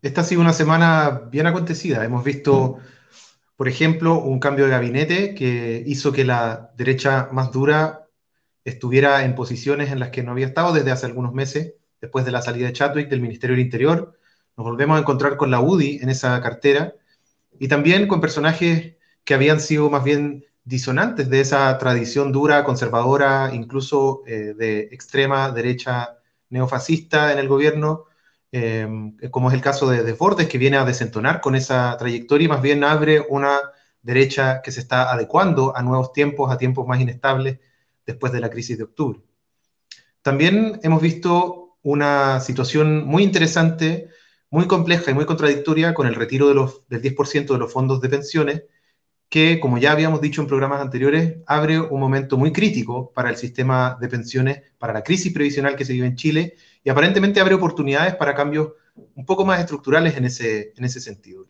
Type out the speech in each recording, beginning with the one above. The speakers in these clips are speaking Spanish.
Esta ha sido una semana bien acontecida. Hemos visto, por ejemplo, un cambio de gabinete que hizo que la derecha más dura estuviera en posiciones en las que no había estado desde hace algunos meses, después de la salida de Chadwick del Ministerio del Interior. Nos volvemos a encontrar con la UDI en esa cartera y también con personajes que habían sido más bien disonantes de esa tradición dura, conservadora, incluso de extrema derecha neofascista en el gobierno, eh, como es el caso de Desbordes, que viene a desentonar con esa trayectoria y más bien abre una derecha que se está adecuando a nuevos tiempos, a tiempos más inestables después de la crisis de octubre. También hemos visto una situación muy interesante, muy compleja y muy contradictoria con el retiro del 10% de los fondos de pensiones, que, como ya habíamos dicho en programas anteriores, abre un momento muy crítico para el sistema de pensiones, para la crisis previsional que se vive en Chile, y aparentemente abre oportunidades para cambios un poco más estructurales en ese sentido.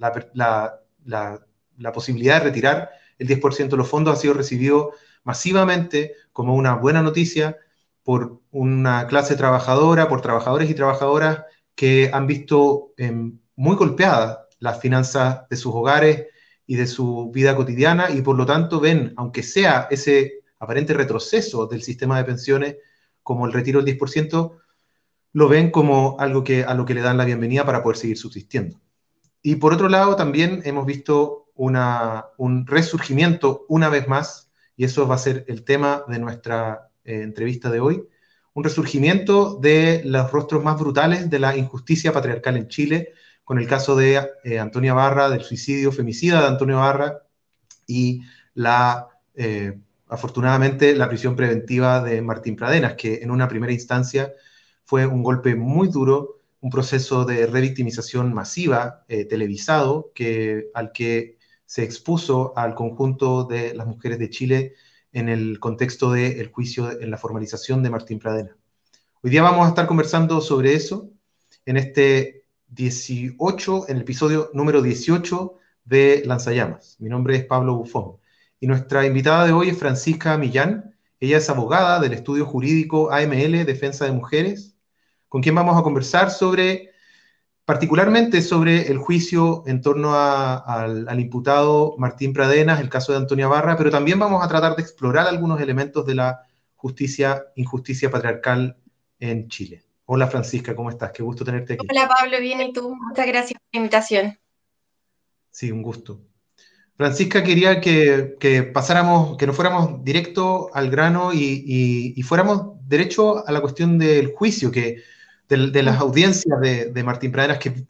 La posibilidad de retirar el 10% de los fondos ha sido recibido masivamente como una buena noticia por una clase trabajadora, por trabajadores y trabajadoras que han visto muy golpeadas las finanzas de sus hogares y de su vida cotidiana y por lo tanto ven, aunque sea ese aparente retroceso del sistema de pensiones como el retiro del 10%, lo ven como algo a lo que le dan la bienvenida para poder seguir subsistiendo. Y por otro lado, también hemos visto un resurgimiento una vez más, y eso va a ser el tema de nuestra entrevista de hoy, un resurgimiento de los rostros más brutales de la injusticia patriarcal en Chile, con el caso de Antonia Barra, del suicidio femicida de Antonio Barra y la, afortunadamente, la prisión preventiva de Martín Pradenas, que en una primera instancia fue un golpe muy duro, un proceso de revictimización masiva, televisado, al que se expuso al conjunto de las mujeres de Chile en el contexto del juicio, en la formalización de Martín Pradena. Hoy día vamos a estar conversando sobre eso en este 18, en el episodio número 18 de Lanzallamas. Mi nombre es Pablo Bufón y nuestra invitada de hoy es Francisca Millán. Ella es abogada del estudio jurídico AML Defensa de Mujeres, con quien vamos a conversar particularmente sobre el juicio en torno al imputado Martín Pradenas, el caso de Antonia Barra, pero también vamos a tratar de explorar algunos elementos de la injusticia patriarcal en Chile. Hola Francisca, ¿cómo estás? Qué gusto tenerte aquí. Hola Pablo, bien, ¿y tú? Muchas gracias por la invitación. Sí, un gusto. Francisca, quería que pasáramos, que nos fuéramos directo al grano y fuéramos derecho a la cuestión del juicio, de las audiencias de Martín Pradenas que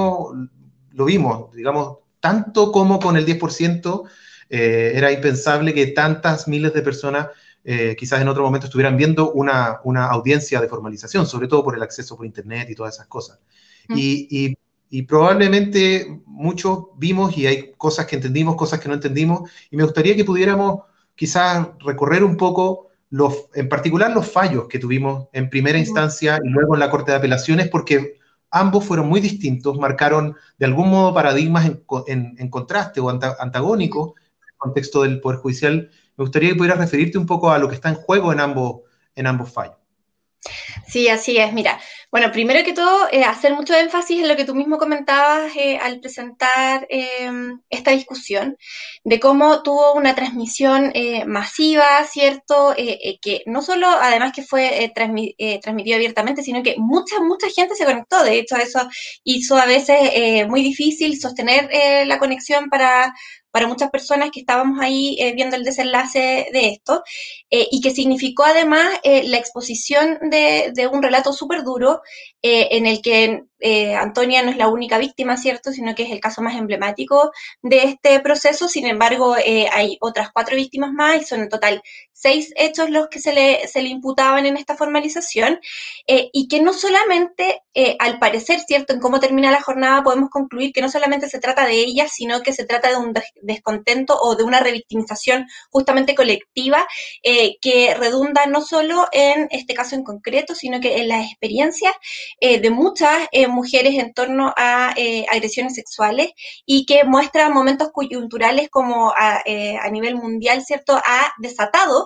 lo vimos, digamos, tanto como con el 10%, era impensable que tantas miles de personas quizás en otro momento estuvieran viendo una audiencia de formalización, sobre todo por el acceso por Internet y todas esas cosas. Y, y probablemente muchos vimos y hay cosas que entendimos, cosas que no entendimos, y me gustaría que pudiéramos quizás recorrer un poco, en particular los fallos que tuvimos en primera instancia y luego en la Corte de Apelaciones, porque ambos fueron muy distintos, marcaron de algún modo paradigmas en contraste o antagónicos en el contexto del Poder Judicial. Me gustaría que pudieras referirte un poco a lo que está en juego en ambos fallos. Sí, así es. Mira, bueno, primero que todo, hacer mucho énfasis en lo que tú mismo comentabas al presentar esta discusión, de cómo tuvo una transmisión masiva, ¿cierto? Que no solo, además que fue transmitido abiertamente, sino que mucha gente se conectó. De hecho, eso hizo a veces muy difícil sostener la conexión para muchas personas que estábamos ahí viendo el desenlace de esto. Y que significó además la exposición de un relato súper duro en el que Antonia no es la única víctima, ¿cierto?, sino que es el caso más emblemático de este proceso. Sin embargo, hay otras 4 víctimas más y son en total 6 hechos los que se le imputaban en esta formalización y que no solamente, al parecer, ¿cierto?, en cómo termina la jornada podemos concluir que no solamente se trata de ella, sino que se trata de un descontento o de una revictimización justamente colectiva que redunda no solo en este caso en concreto, sino que en las experiencias de muchas mujeres en torno a agresiones sexuales y que muestra momentos coyunturales como a nivel mundial, ¿cierto?, ha desatado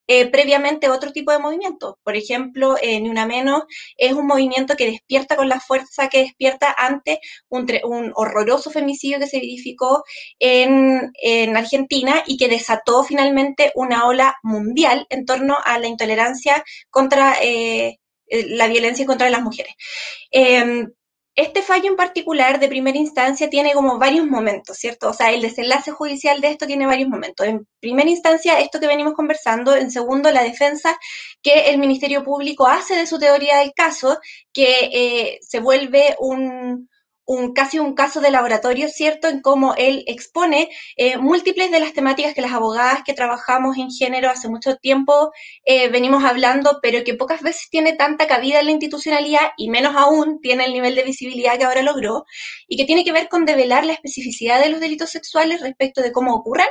previamente otro tipo de movimiento. Por ejemplo, Ni Una Menos es un movimiento que despierta con la fuerza que despierta ante un horroroso femicidio que se verificó en Argentina y que desató finalmente una ola mundial en torno a la intolerancia contra la violencia contra las mujeres. Eh, este fallo en particular de primera instancia tiene como varios momentos, ¿cierto? O sea, el desenlace judicial de esto tiene varios momentos. En primera instancia, esto que venimos conversando. En segundo, la defensa que el Ministerio Público hace de su teoría del caso, que se vuelve casi un caso de laboratorio, ¿cierto? En cómo él expone múltiples de las temáticas que las abogadas que trabajamos en género hace mucho tiempo venimos hablando, pero que pocas veces tiene tanta cabida en la institucionalidad y menos aún tiene el nivel de visibilidad que ahora logró, y que tiene que ver con develar la especificidad de los delitos sexuales respecto de cómo ocurran,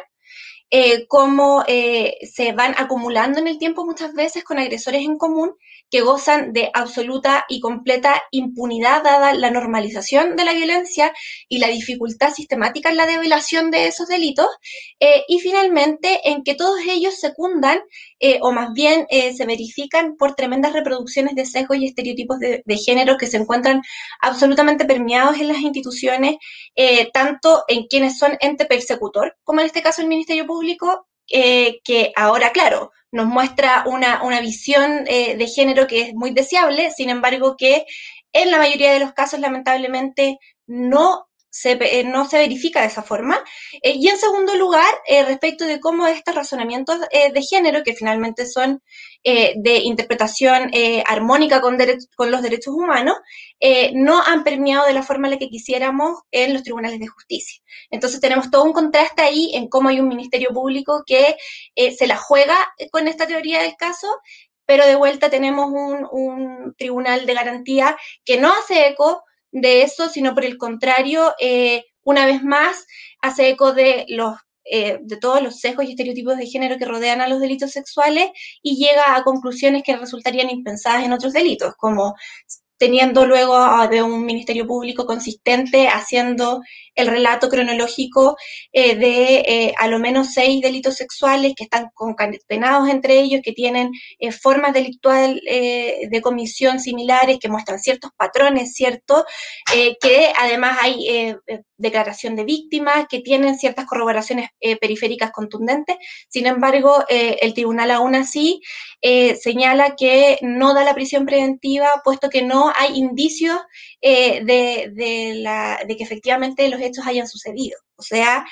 cómo se van acumulando en el tiempo muchas veces con agresores en común que gozan de absoluta y completa impunidad dada la normalización de la violencia y la dificultad sistemática en la develación de esos delitos, y finalmente en que todos ellos secundan o más bien se verifican por tremendas reproducciones de sesgos y estereotipos de género que se encuentran absolutamente permeados en las instituciones, tanto en quienes son ente persecutor, como en este caso el Ministerio Público, que ahora, claro, nos muestra una visión de género que es muy deseable, sin embargo que en la mayoría de los casos lamentablemente no se verifica de esa forma. Y en segundo lugar, respecto de cómo estos razonamientos de género, que finalmente son de interpretación armónica con los derechos humanos, no han permeado de la forma en la que quisiéramos en los tribunales de justicia. Entonces tenemos todo un contraste ahí en cómo hay un ministerio público que se la juega con esta teoría del caso, pero de vuelta tenemos un tribunal de garantía que no hace eco de eso, sino por el contrario, una vez más, hace eco de todos los sesgos y estereotipos de género que rodean a los delitos sexuales y llega a conclusiones que resultarían impensadas en otros delitos, como teniendo luego de un ministerio público consistente haciendo el relato cronológico de a lo menos 6 delitos sexuales que están concatenados entre ellos, que tienen formas delictuales de comisión similares, que muestran ciertos patrones, ¿cierto? Que además hay declaración de víctimas, que tienen ciertas corroboraciones periféricas contundentes. Sin embargo, el tribunal aún así señala que no da la prisión preventiva, puesto que no hay indicios de que efectivamente los hechos hayan sucedido. O sea,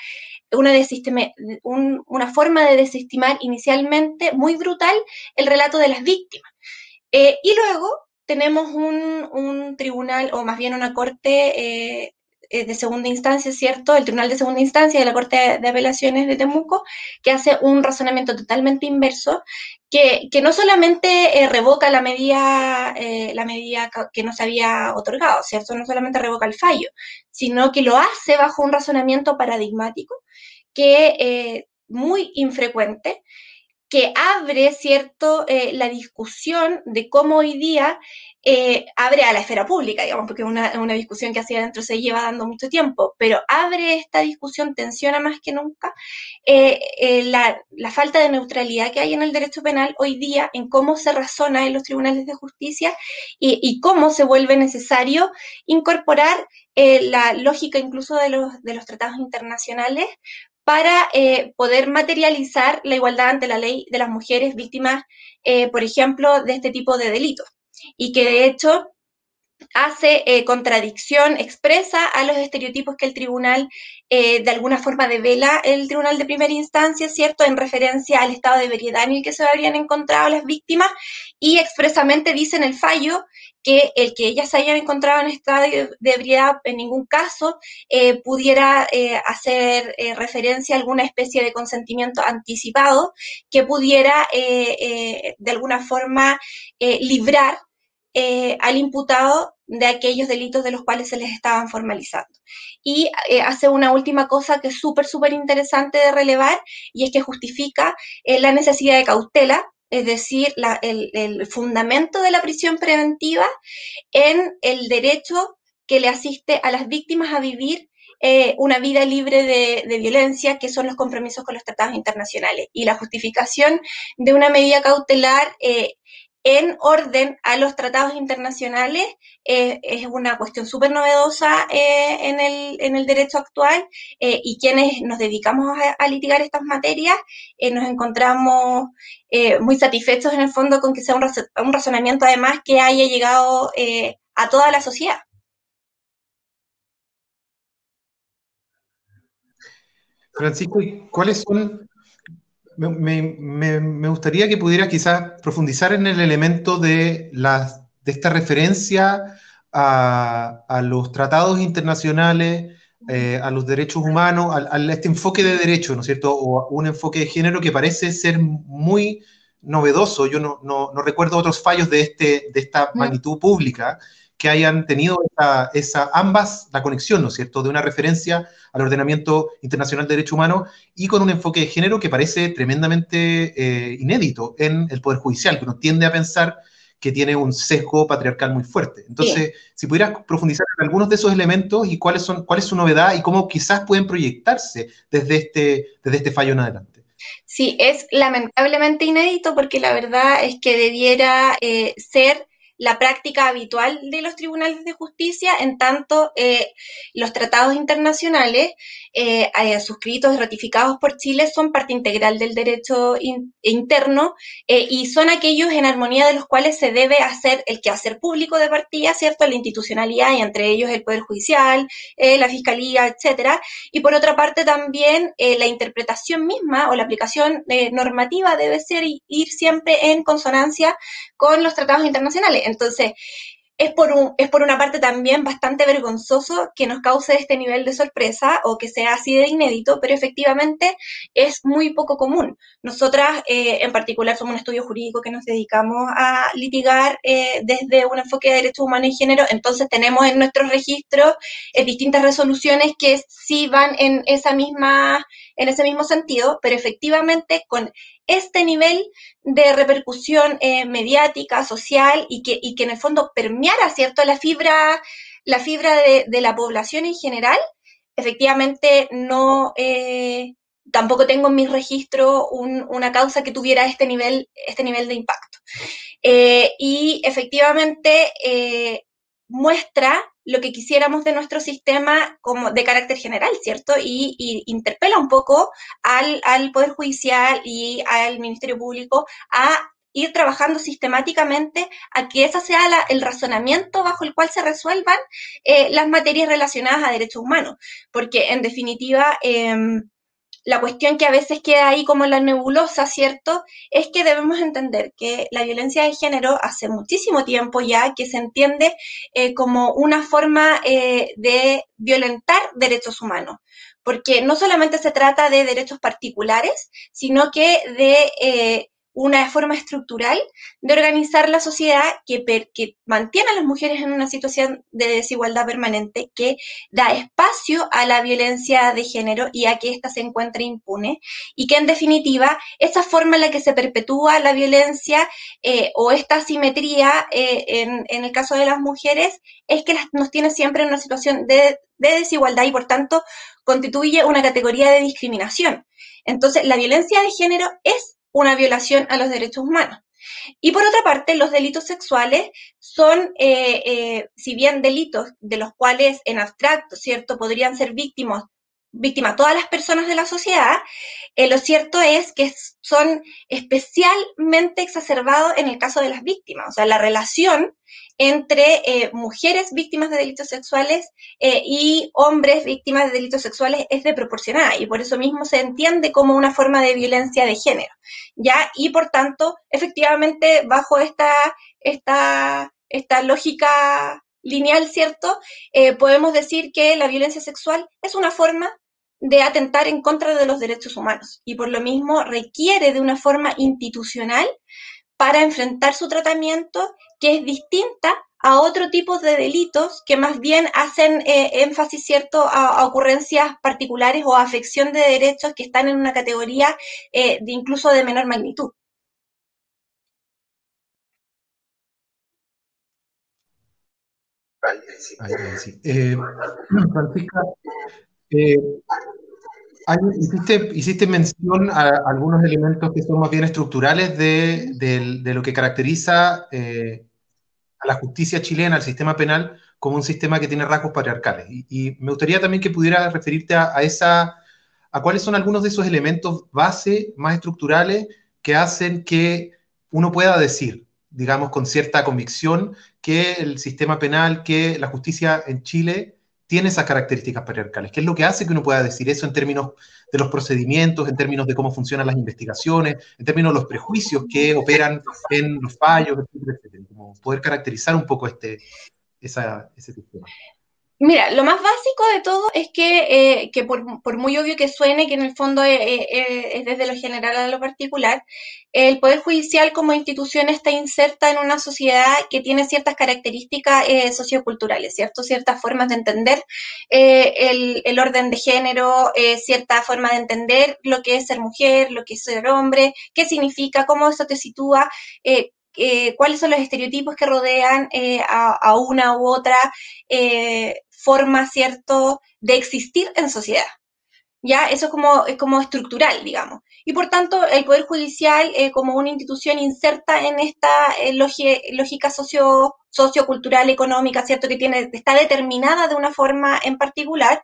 una forma de desestimar inicialmente muy brutal el relato de las víctimas. Y luego tenemos un tribunal, o más bien una corte de segunda instancia, ¿cierto? El Tribunal de Segunda Instancia de la Corte de Apelaciones de Temuco, que hace un razonamiento totalmente inverso, que no solamente revoca la medida que no se había otorgado, ¿cierto? No solamente revoca el fallo, sino que lo hace bajo un razonamiento paradigmático que muy infrecuente, que abre, ¿cierto?, la discusión de cómo hoy día abre a la esfera pública, digamos, porque es una discusión que hacia adentro se lleva dando mucho tiempo, pero abre esta discusión, tensiona más que nunca la falta de neutralidad que hay en el derecho penal hoy día, en cómo se razona en los tribunales de justicia y cómo se vuelve necesario incorporar la lógica incluso de los tratados internacionales para poder materializar la igualdad ante la ley de las mujeres víctimas, por ejemplo, de este tipo de delitos. Y que de hecho hace contradicción expresa a los estereotipos que el tribunal de alguna forma devela el tribunal de primera instancia, ¿cierto?, en referencia al estado de ebriedad en el que se habrían encontrado las víctimas, y expresamente dice en el fallo que el que ellas se hayan encontrado en estado de ebriedad en ningún caso pudiera hacer referencia a alguna especie de consentimiento anticipado que pudiera de alguna forma librar al imputado de aquellos delitos de los cuales se les estaban formalizando. Y hace una última cosa que es súper, súper interesante de relevar, y es que justifica la necesidad de cautela, es decir, el fundamento de la prisión preventiva en el derecho que le asiste a las víctimas a vivir una vida libre de violencia, que son los compromisos con los tratados internacionales. Y la justificación de una medida cautelar en orden a los tratados internacionales es una cuestión súper novedosa en el derecho actual, y quienes nos dedicamos a litigar estas materias nos encontramos muy satisfechos en el fondo con que sea un razonamiento además que haya llegado a toda la sociedad. Francisco, ¿y cuáles son? Me gustaría que pudieras quizás profundizar en el elemento de esta referencia a los tratados internacionales, a los derechos humanos, a este enfoque de derecho, ¿no es cierto? O a un enfoque de género que parece ser muy novedoso. Yo no recuerdo otros fallos de esta magnitud pública que hayan tenido ambas, la conexión, ¿no es cierto?, de una referencia al ordenamiento internacional de derechos humanos y con un enfoque de género que parece tremendamente inédito en el Poder Judicial, que uno tiende a pensar que tiene un sesgo patriarcal muy fuerte. Sí. Entonces, si pudieras profundizar en algunos de esos elementos y cuál es su novedad y cómo quizás pueden proyectarse desde este fallo en adelante. Sí, es lamentablemente inédito porque la verdad es que debiera ser la práctica habitual de los tribunales de justicia, en tanto los tratados internacionales suscritos y ratificados por Chile son parte integral del derecho interno, y son aquellos en armonía de los cuales se debe hacer el quehacer público de partida, ¿cierto? La institucionalidad, y entre ellos el Poder Judicial, la Fiscalía, etcétera. Y por otra parte también la interpretación misma o la aplicación normativa debe ser ir siempre en consonancia con los tratados internacionales. Entonces, es por una parte también bastante vergonzoso que nos cause este nivel de sorpresa o que sea así de inédito, pero efectivamente es muy poco común. Nosotras en particular somos un estudio jurídico que nos dedicamos a litigar desde un enfoque de derechos humanos y género, entonces tenemos en nuestros registros distintas resoluciones que sí van en ese mismo sentido, pero efectivamente con este nivel de repercusión mediática, social, y que en el fondo permeara, ¿cierto?, la fibra de la población en general, efectivamente no, tampoco tengo en mi registro una causa que tuviera este nivel de impacto. Y efectivamente muestra lo que quisiéramos de nuestro sistema como de carácter general, ¿cierto? Y interpela un poco al Poder Judicial y al Ministerio Público a ir trabajando sistemáticamente a que ese sea el razonamiento bajo el cual se resuelvan las materias relacionadas a derechos humanos, porque en definitiva la cuestión que a veces queda ahí como la nebulosa, ¿cierto? Es que debemos entender que la violencia de género hace muchísimo tiempo ya que se entiende como una forma de violentar derechos humanos, porque no solamente se trata de derechos particulares, sino que de una forma estructural de organizar la sociedad que mantiene a las mujeres en una situación de desigualdad permanente, que da espacio a la violencia de género y a que ésta se encuentre impune, y que en definitiva esa forma en la que se perpetúa la violencia o esta asimetría en el caso de las mujeres es que nos tiene siempre en una situación de desigualdad y por tanto constituye una categoría de discriminación. Entonces, la violencia de género es una violación a los derechos humanos. Y por otra parte, los delitos sexuales son, si bien delitos de los cuales en abstracto, ¿cierto?, podrían ser víctimas todas las personas de la sociedad, lo cierto es que son especialmente exacerbados en el caso de las víctimas. O sea, la relación entre mujeres víctimas de delitos sexuales y hombres víctimas de delitos sexuales es desproporcionada, y por eso mismo se entiende como una forma de violencia de género, ¿ya? Y por tanto, efectivamente, bajo esta lógica lineal, ¿cierto? Podemos decir que la violencia sexual es una forma de atentar en contra de los derechos humanos, y por lo mismo requiere de una forma institucional para enfrentar su tratamiento, que es distinta a otro tipo de delitos que más bien hacen énfasis, ¿cierto?, a ocurrencias particulares o a afección de derechos que están en una categoría de incluso de menor magnitud. Ahí sí. Francisca, Eh, hiciste mención a algunos elementos que son más bien estructurales de lo que caracteriza a la justicia chilena, al sistema penal, como un sistema que tiene rasgos patriarcales. Y me gustaría también que pudieras referirte a cuáles son algunos de esos elementos base más estructurales que hacen que uno pueda decir, digamos, con cierta convicción, que el sistema penal, que la justicia en Chile tiene esas características patriarcales. ¿Qué es lo que hace que uno pueda decir eso en términos de los procedimientos, en términos de cómo funcionan las investigaciones, en términos de los prejuicios que operan en los fallos, etcétera, etcétera? Como poder caracterizar un poco ese sistema. Mira, lo más básico de todo es que por muy obvio que suene, que en el fondo es desde lo general a lo particular, el Poder Judicial como institución está inserta en una sociedad que tiene ciertas características socioculturales, ¿cierto? Ciertas formas de entender el orden de género, cierta forma de entender lo que es ser mujer, lo que es ser hombre, qué significa, cómo eso te sitúa, cuáles son los estereotipos que rodean a una u otra forma, ¿cierto?, de existir en sociedad. ¿Ya? Eso es como estructural, digamos. Y por tanto, el Poder Judicial, como una institución inserta en esta lógica sociocultural, económica, ¿cierto?, que está determinada de una forma en particular,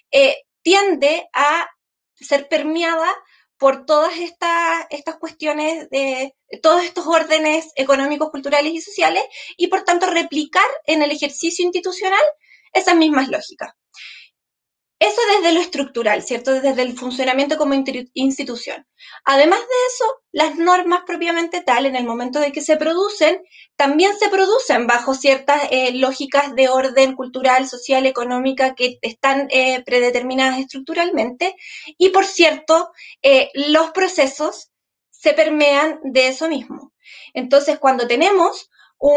tiende a ser permeada por todas estas cuestiones de todos estos órdenes económicos, culturales y sociales, y por tanto replicar en el ejercicio institucional esas mismas lógicas. Eso desde lo estructural, ¿cierto? Desde el funcionamiento como institución. Además de eso, las normas propiamente tal, en el momento de que se producen, también se producen bajo ciertas lógicas de orden cultural, social, económica que están predeterminadas estructuralmente. Y por cierto, los procesos se permean de eso mismo. Entonces, cuando tenemos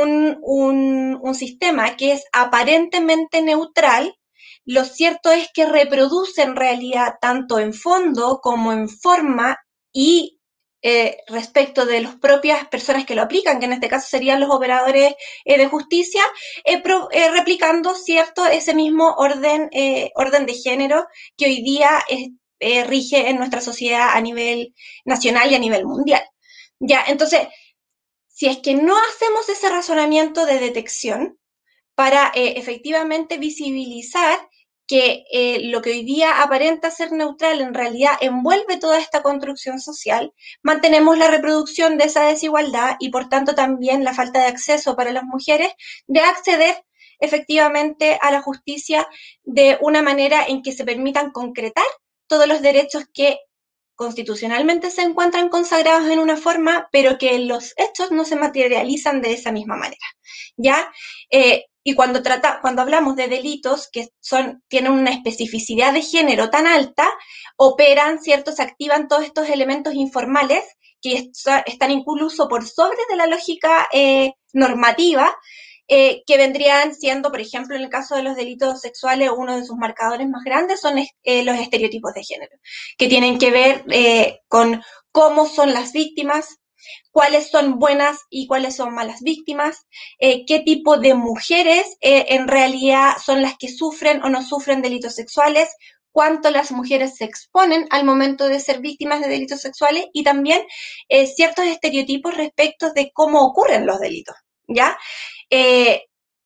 un sistema que es aparentemente neutral, lo cierto es que reproduce en realidad tanto en fondo como en forma y respecto de las propias personas que lo aplican, que en este caso serían los operadores de justicia, replicando cierto ese mismo orden de género que hoy día rige en nuestra sociedad a nivel nacional y a nivel mundial. Ya, entonces, si es que no hacemos ese razonamiento de detección para efectivamente visibilizar que lo que hoy día aparenta ser neutral en realidad envuelve toda esta construcción social, mantenemos la reproducción de esa desigualdad y por tanto también la falta de acceso para las mujeres de acceder efectivamente a la justicia de una manera en que se permitan concretar todos los derechos que constitucionalmente se encuentran consagrados en una forma, pero que los hechos no se materializan de esa misma manera. ¿Ya? Y cuando hablamos de delitos que tienen una especificidad de género tan alta, operan, ¿cierto? Se activan todos estos elementos informales que están incluso por sobre de la lógica normativa, que vendrían siendo, por ejemplo, en el caso de los delitos sexuales, uno de sus marcadores más grandes son los estereotipos de género, que tienen que ver con cómo son las víctimas, cuáles son buenas y cuáles son malas víctimas, qué tipo de mujeres en realidad son las que sufren o no sufren delitos sexuales, cuánto las mujeres se exponen al momento de ser víctimas de delitos sexuales y también ciertos estereotipos respecto de cómo ocurren los delitos, ¿ya? Eh,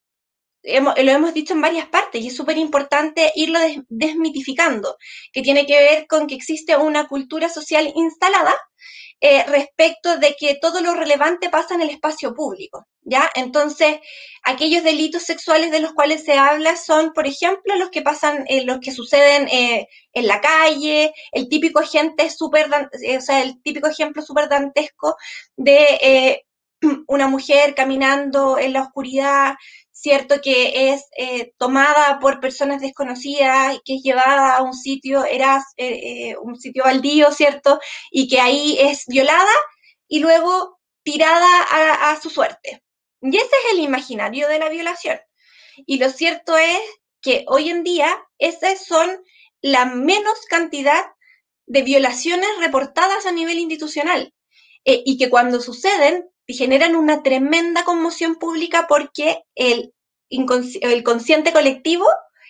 lo hemos dicho en varias partes y es súper importante irlo desmitificando, que tiene que ver con que existe una cultura social instalada respecto de que todo lo relevante pasa en el espacio público, ¿ya? Entonces, aquellos delitos sexuales de los cuales se habla son, por ejemplo, los que suceden en la calle, el típico el típico ejemplo súper dantesco de una mujer caminando en la oscuridad, cierto, que es tomada por personas desconocidas, que es llevada a un sitio, un sitio baldío, cierto, y que ahí es violada y luego tirada a su suerte. Y ese es el imaginario de la violación. Y lo cierto es que hoy en día esas son la menos cantidad de violaciones reportadas a nivel institucional y que cuando suceden generan una tremenda conmoción pública porque el consciente colectivo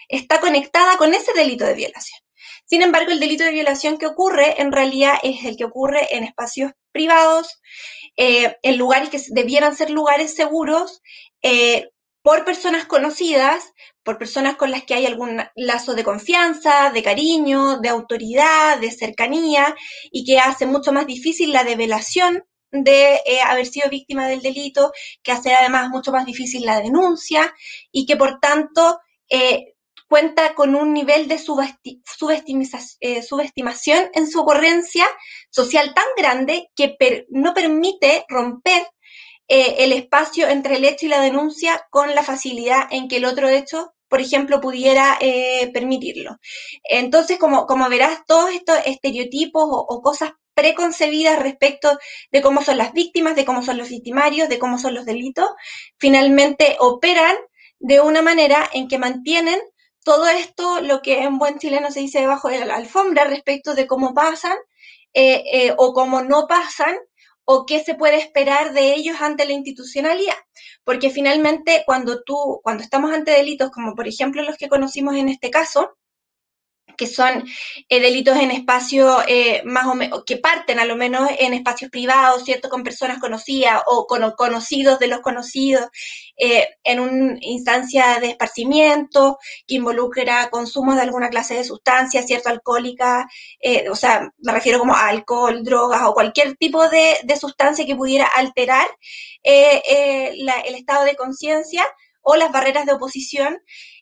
está conectada con ese delito de violación. Sin embargo, el delito de violación que ocurre en realidad es el que ocurre en espacios privados, en lugares que debieran ser lugares seguros, por personas conocidas, por personas con las que hay algún lazo de confianza, de cariño, de autoridad, de cercanía, y que hace mucho más difícil la develación de haber sido víctima del delito, que hace además mucho más difícil la denuncia, y que por tanto cuenta con un nivel de subestimación en su ocurrencia social tan grande que no permite romper el espacio entre el hecho y la denuncia con la facilidad en que el otro hecho, por ejemplo, pudiera permitirlo. Entonces, como verás, todos estos estereotipos o cosas preconcebidas respecto de cómo son las víctimas, de cómo son los victimarios, de cómo son los delitos, finalmente operan de una manera en que mantienen todo esto, lo que en buen chileno se dice debajo de la alfombra, respecto de cómo pasan o cómo no pasan, o qué se puede esperar de ellos ante la institucionalidad. Porque finalmente cuando estamos ante delitos como por ejemplo los que conocimos en este caso, que son delitos en espacios más o menos, que parten a lo menos en espacios privados, ¿cierto? Con personas conocidas o con conocidos de los conocidos, en una instancia de esparcimiento que involucra consumo de alguna clase de sustancia, ¿cierto? Alcohólica, o sea, me refiero como a alcohol, drogas o cualquier tipo de sustancia que pudiera alterar el estado de conciencia o las barreras de oposición.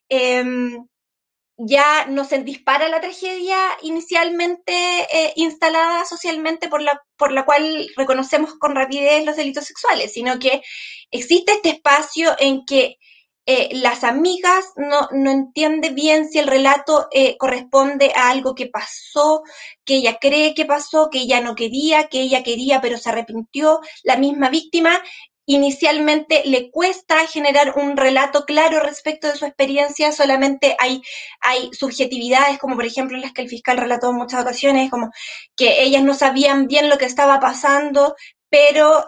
Ya no se dispara la tragedia inicialmente instalada socialmente por la cual reconocemos con rapidez los delitos sexuales, sino que existe este espacio en que las amigas no entienden bien si el relato corresponde a algo que pasó, que ella cree que pasó, que ella no quería, que ella quería pero se arrepintió, la misma víctima. Inicialmente le cuesta generar un relato claro respecto de su experiencia, solamente hay subjetividades, como por ejemplo las que el fiscal relató en muchas ocasiones, como que ellas no sabían bien lo que estaba pasando, pero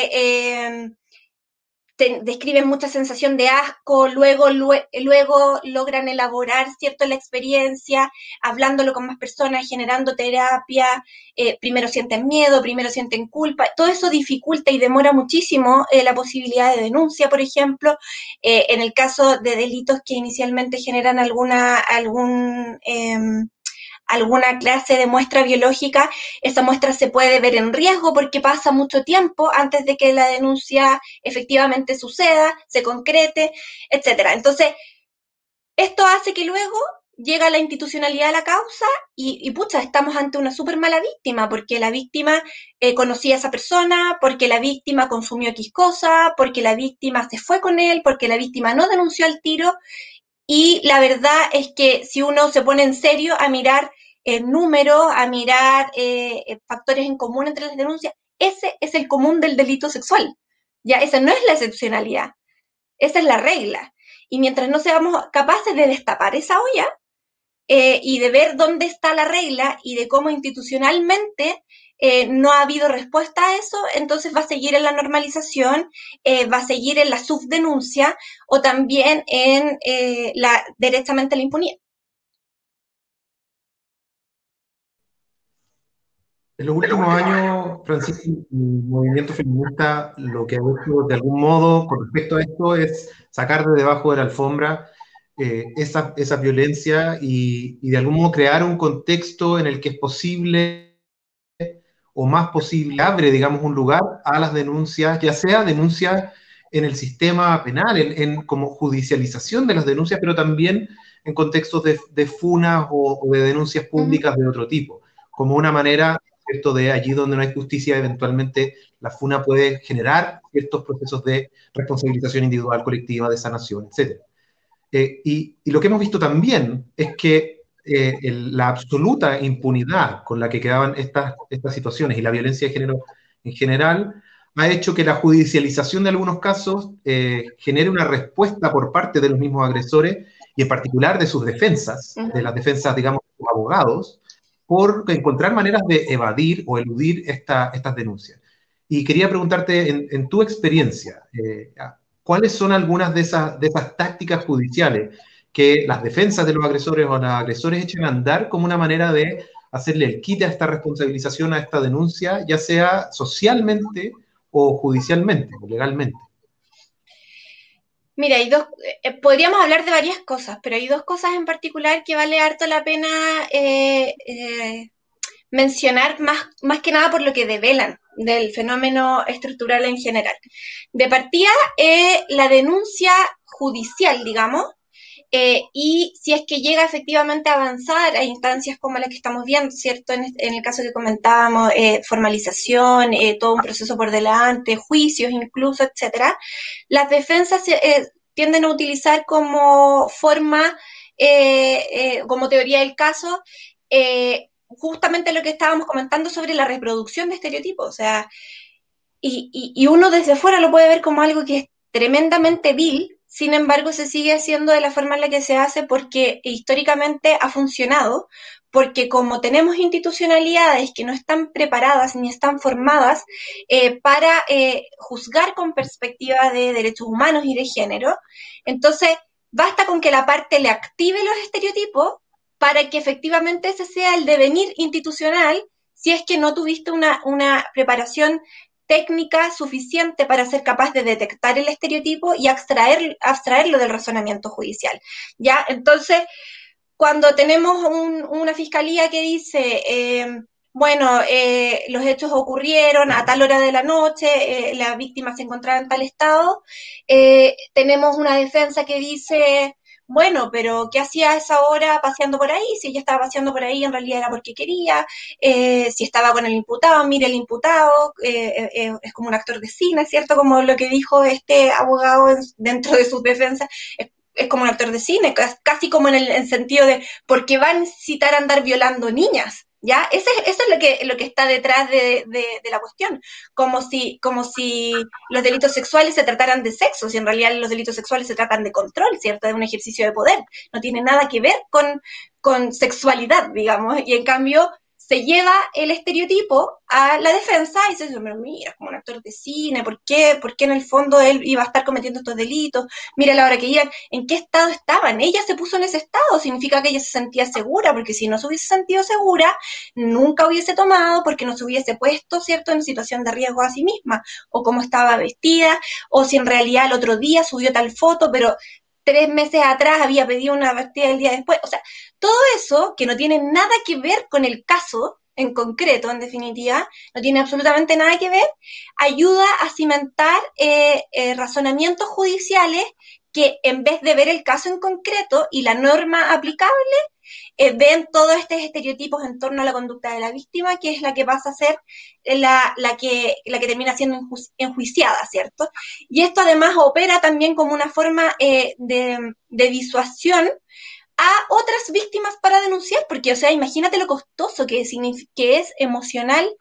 describen mucha sensación de asco, luego logran elaborar, ¿cierto?, la experiencia, hablándolo con más personas, generando terapia, primero sienten miedo, primero sienten culpa, todo eso dificulta y demora muchísimo la posibilidad de denuncia, por ejemplo, en el caso de delitos que inicialmente generan alguna clase de muestra biológica, esa muestra se puede ver en riesgo porque pasa mucho tiempo antes de que la denuncia efectivamente suceda, se concrete, etcétera. Entonces, esto hace que luego llega la institucionalidad de la causa y pucha, estamos ante una súper mala víctima, porque la víctima conocía a esa persona, porque la víctima consumió X cosa, porque la víctima se fue con él, porque la víctima no denunció al tiro. Y la verdad es que si uno se pone en serio a mirar números, a mirar factores en común entre las denuncias, ese es el común del delito sexual. Ya, esa no es la excepcionalidad, esa es la regla. Y mientras no seamos capaces de destapar esa olla y de ver dónde está la regla y de cómo institucionalmente no ha habido respuesta a eso, entonces va a seguir en la normalización, va a seguir en la subdenuncia o también en derechamente la impunidad. En los últimos años, Francisco, el movimiento feminista lo que ha hecho de algún modo con respecto a esto es sacar de debajo de la alfombra esa violencia y de algún modo crear un contexto en el que es posible o más posible, abre, digamos, un lugar a las denuncias, ya sea denuncias en el sistema penal, como judicialización de las denuncias, pero también en contextos de funas o de denuncias públicas de otro tipo, como una manera, ¿cierto?, de allí donde no hay justicia, eventualmente la funa puede generar ciertos procesos de responsabilización individual, colectiva, de sanación, etc. Y lo que hemos visto también es que la absoluta impunidad con la que quedaban estas situaciones y la violencia de género en general ha hecho que la judicialización de algunos casos genere una respuesta por parte de los mismos agresores y en particular de sus defensas, de las defensas, digamos, de los abogados, por encontrar maneras de evadir o eludir estas denuncias. Y quería preguntarte, en tu experiencia, ¿cuáles son algunas de esas tácticas judiciales que las defensas de los agresores o los agresores echen a andar como una manera de hacerle el quite a esta responsabilización, a esta denuncia, ya sea socialmente o judicialmente o legalmente? Mira, podríamos hablar de varias cosas, pero hay dos cosas en particular que vale harto la pena mencionar más que nada por lo que develan del fenómeno estructural en general. De partida, la denuncia judicial, digamos, y si es que llega efectivamente a avanzar a instancias como las que estamos viendo, ¿cierto? En el caso que comentábamos, formalización, todo un proceso por delante, juicios incluso, etcétera, las defensas tienden a utilizar como forma, como teoría del caso, justamente lo que estábamos comentando sobre la reproducción de estereotipos. O sea, y uno desde fuera lo puede ver como algo que es tremendamente vil, sin embargo se sigue haciendo de la forma en la que se hace porque históricamente ha funcionado, porque como tenemos institucionalidades que no están preparadas ni están formadas para juzgar con perspectiva de derechos humanos y de género, entonces basta con que la parte le active los estereotipos para que efectivamente ese sea el devenir institucional si es que no tuviste una preparación técnica suficiente para ser capaz de detectar el estereotipo y abstraerlo del razonamiento judicial. ¿Ya? Entonces, cuando tenemos una fiscalía que dice, bueno, los hechos ocurrieron a tal hora de la noche, la víctima se encontraba en tal estado, tenemos una defensa que dice, bueno, pero ¿qué hacía a esa hora paseando por ahí? Si ella estaba paseando por ahí, en realidad era porque quería. Si estaba con el imputado, mire el imputado, es como un actor de cine, ¿cierto? Como lo que dijo este abogado dentro de sus defensas, es como un actor de cine, casi como en el sentido de, porque va a necesitar andar violando niñas. ¿Ya? Eso es lo que está detrás de la cuestión, como si los delitos sexuales se trataran de sexo, si en realidad los delitos sexuales se tratan de control, ¿cierto? De un ejercicio de poder, no tiene nada que ver con sexualidad, digamos, y en cambio se lleva el estereotipo a la defensa y se dice, mira, es como un actor de cine, ¿por qué? ¿Por qué en el fondo él iba a estar cometiendo estos delitos? Mira la hora que iban, ¿en qué estado estaban? Ella se puso en ese estado, significa que ella se sentía segura, porque si no se hubiese sentido segura, nunca hubiese tomado, porque no se hubiese puesto, ¿cierto?, en situación de riesgo a sí misma, o cómo estaba vestida, o si en realidad el otro día subió tal foto, pero 3 meses atrás había pedido una vestida el día después. O sea, todo eso que no tiene nada que ver con el caso en concreto, en definitiva, no tiene absolutamente nada que ver, ayuda a cimentar razonamientos judiciales que en vez de ver el caso en concreto y la norma aplicable, ven todos estos estereotipos en torno a la conducta de la víctima, que es la que pasa a ser la que termina siendo enjuiciada, ¿cierto? Y esto además opera también como una forma de disuasión a otras víctimas para denunciar, porque, o sea, imagínate lo costoso que es emocional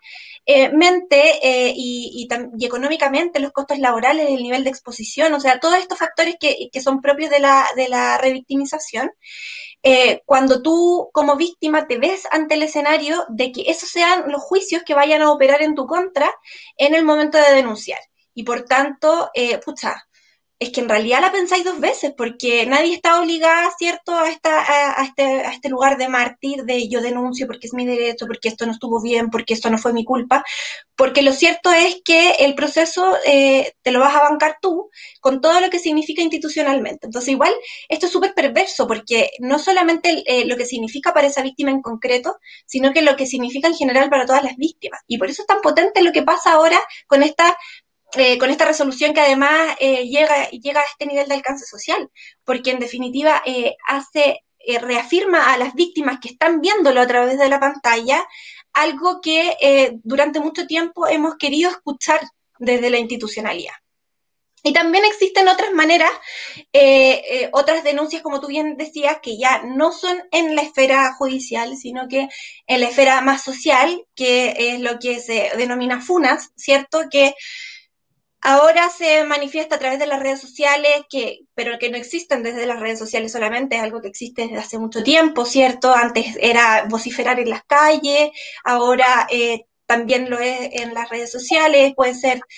y económicamente, los costos laborales, el nivel de exposición, o sea, todos estos factores que son propios de la revictimización, cuando tú como víctima te ves ante el escenario de que esos sean los juicios que vayan a operar en tu contra en el momento de denunciar. Y por tanto, es que en realidad la pensáis dos veces, porque nadie está obligada, ¿cierto?, a este lugar de mártir, de yo denuncio porque es mi derecho, porque esto no estuvo bien, porque esto no fue mi culpa, porque lo cierto es que el proceso te lo vas a bancar tú, con todo lo que significa institucionalmente. Entonces, igual, esto es súper perverso, porque no solamente lo que significa para esa víctima en concreto, sino que lo que significa en general para todas las víctimas. Y por eso es tan potente lo que pasa ahora con esta resolución que además llega a este nivel de alcance social, porque en definitiva reafirma a las víctimas que están viéndolo a través de la pantalla algo que durante mucho tiempo hemos querido escuchar desde la institucionalidad. Y también existen otras maneras, otras denuncias, como tú bien decías, que ya no son en la esfera judicial, sino que en la esfera más social, que es lo que se denomina funas, ¿cierto? Que ahora se manifiesta a través de las redes sociales, pero que no existen desde las redes sociales solamente, es algo que existe desde hace mucho tiempo, ¿cierto? Antes era vociferar en las calles, ahora también lo es en las redes sociales, puede ser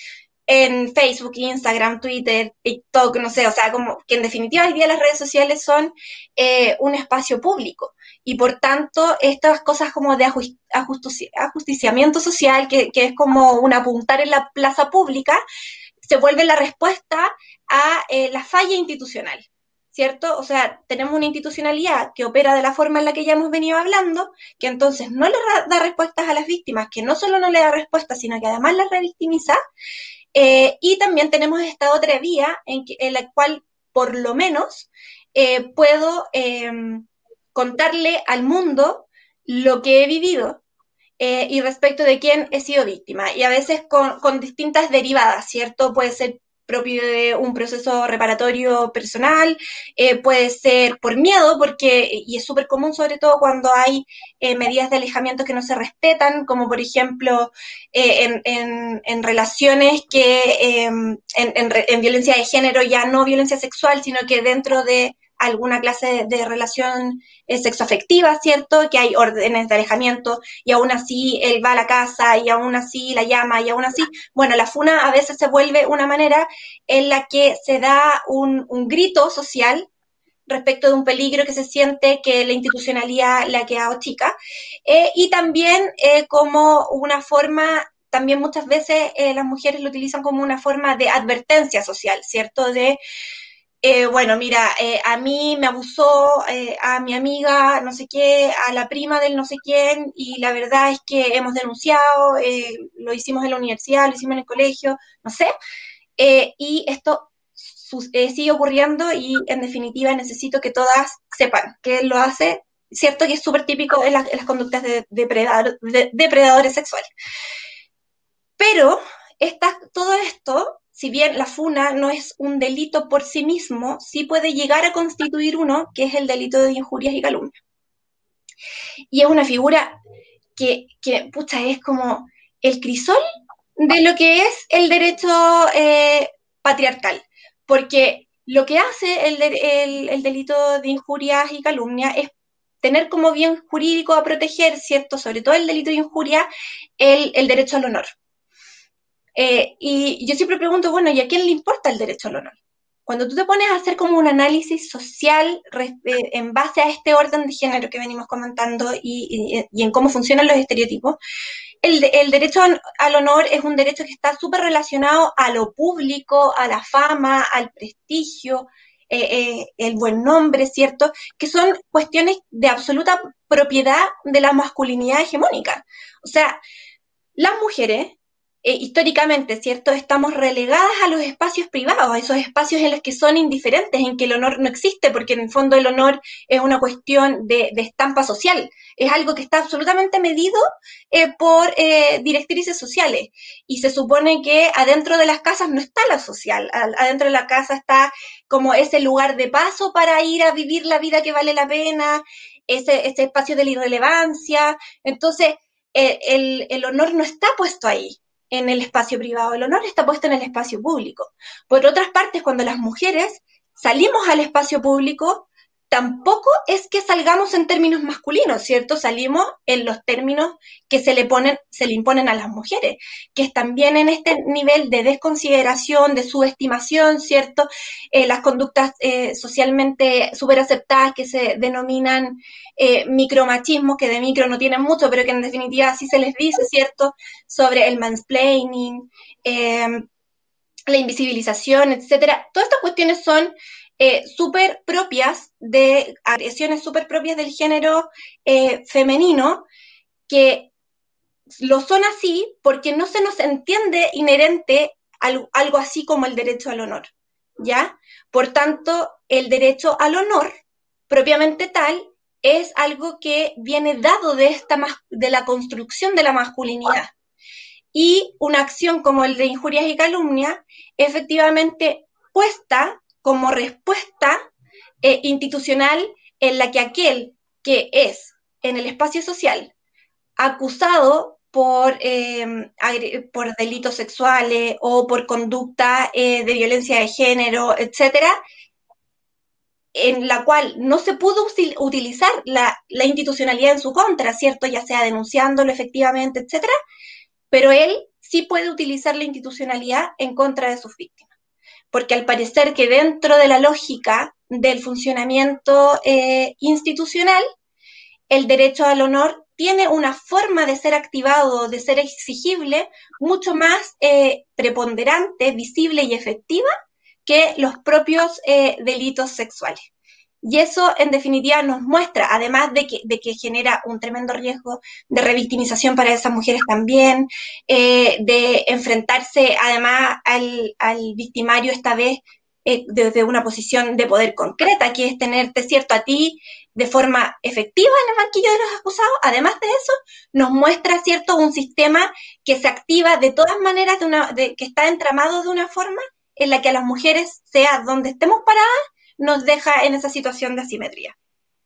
en Facebook, Instagram, Twitter, TikTok, no sé, o sea, como que en definitiva hoy día las redes sociales son un espacio público y por tanto estas cosas como de ajusticiamiento social, que es como un apuntar en la plaza pública, se vuelve la respuesta a la falla institucional. ¿Cierto? O sea, tenemos una institucionalidad que opera de la forma en la que ya hemos venido hablando, que entonces no le da respuestas a las víctimas, que no solo no le da respuestas, sino que además las revictimiza, y también tenemos esta otra vía en la cual por lo menos puedo contarle al mundo lo que he vivido y respecto de quién he sido víctima. Y a veces con distintas derivadas, ¿cierto? Puede ser propio de un proceso reparatorio personal, puede ser por miedo, y es súper común sobre todo cuando hay medidas de alejamiento que no se respetan, como por ejemplo en relaciones que en violencia de género, ya no violencia sexual, sino que dentro de alguna clase de relación sexoafectiva, ¿cierto? Que hay órdenes de alejamiento y aún así él va a la casa y aún así la llama y aún así, bueno, la funa a veces se vuelve una manera en la que se da un grito social respecto de un peligro que se siente que la institucionalidad le ha quedado chica, y también como una forma, también muchas veces las mujeres lo utilizan como una forma de advertencia social, ¿cierto? De bueno, mira, a mí me abusó, a mi amiga, no sé qué, a la prima del no sé quién, y la verdad es que hemos denunciado, lo hicimos en la universidad, lo hicimos en el colegio, no sé, y esto sigue ocurriendo y en definitiva necesito que todas sepan que él lo hace, cierto que es súper típico en las conductas de depredadores sexuales. Pero todo esto, si bien la funa no es un delito por sí mismo, sí puede llegar a constituir uno, que es el delito de injurias y calumnias. Y es una figura pucha, es como el crisol de lo que es el derecho patriarcal. Porque lo que hace el delito de injurias y calumnias es tener como bien jurídico a proteger, ¿cierto? Sobre todo el delito de injuria, el derecho al honor. Y yo siempre pregunto, bueno, ¿y a quién le importa el derecho al honor? Cuando tú te pones a hacer como un análisis social en base a este orden de género que venimos comentando y en cómo funcionan los estereotipos, el derecho al honor es un derecho que está súper relacionado a lo público, a la fama, al prestigio, el buen nombre, ¿cierto? Que son cuestiones de absoluta propiedad de la masculinidad hegemónica. O sea, las mujeres, históricamente, ¿cierto? Estamos relegadas a los espacios privados, a esos espacios en los que son indiferentes, en que el honor no existe, porque en el fondo el honor es una cuestión de estampa social, es algo que está absolutamente medido por directrices sociales, y se supone que adentro de las casas no está la social, adentro de la casa está como ese lugar de paso para ir a vivir la vida que vale la pena, ese espacio de la irrelevancia. Entonces, el honor no está puesto ahí, en el espacio privado, el honor está puesto en el espacio público. Por otras partes, cuando las mujeres salimos al espacio público, tampoco es que salgamos en términos masculinos, ¿cierto? Salimos en los términos que se le imponen a las mujeres, que es también en este nivel de desconsideración, de subestimación, ¿cierto? Las conductas socialmente súper aceptadas que se denominan micromachismo, que de micro no tienen mucho, pero que en definitiva así se les dice, ¿cierto? Sobre el mansplaining, la invisibilización, etcétera. Todas estas cuestiones son súper propias de agresiones súper propias del género femenino, que lo son así porque no se nos entiende inherente algo así como el derecho al honor, ¿ya? Por tanto, el derecho al honor, propiamente tal, es algo que viene dado de la construcción de la masculinidad. Y una acción como el de injurias y calumnias, efectivamente puesta como respuesta institucional en la que aquel que es en el espacio social acusado por delitos sexuales o por conducta de violencia de género, etcétera, en la cual no se pudo utilizar la institucionalidad en su contra, ¿cierto? Ya sea denunciándolo efectivamente, etcétera, pero él sí puede utilizar la institucionalidad en contra de sus víctimas. Porque al parecer que dentro de la lógica del funcionamiento institucional, el derecho al honor tiene una forma de ser activado, de ser exigible, mucho más preponderante, visible y efectiva que los propios delitos sexuales. Y eso, en definitiva, nos muestra, además de que genera un tremendo riesgo de revictimización para esas mujeres también, de enfrentarse además al victimario esta vez desde una posición de poder concreta, que es tenerte cierto a ti de forma efectiva en el banquillo de los acusados. Además de eso, nos muestra cierto un sistema que se activa de todas maneras, que está entramado de una forma en la que a las mujeres, sea donde estemos paradas, nos deja en esa situación de asimetría.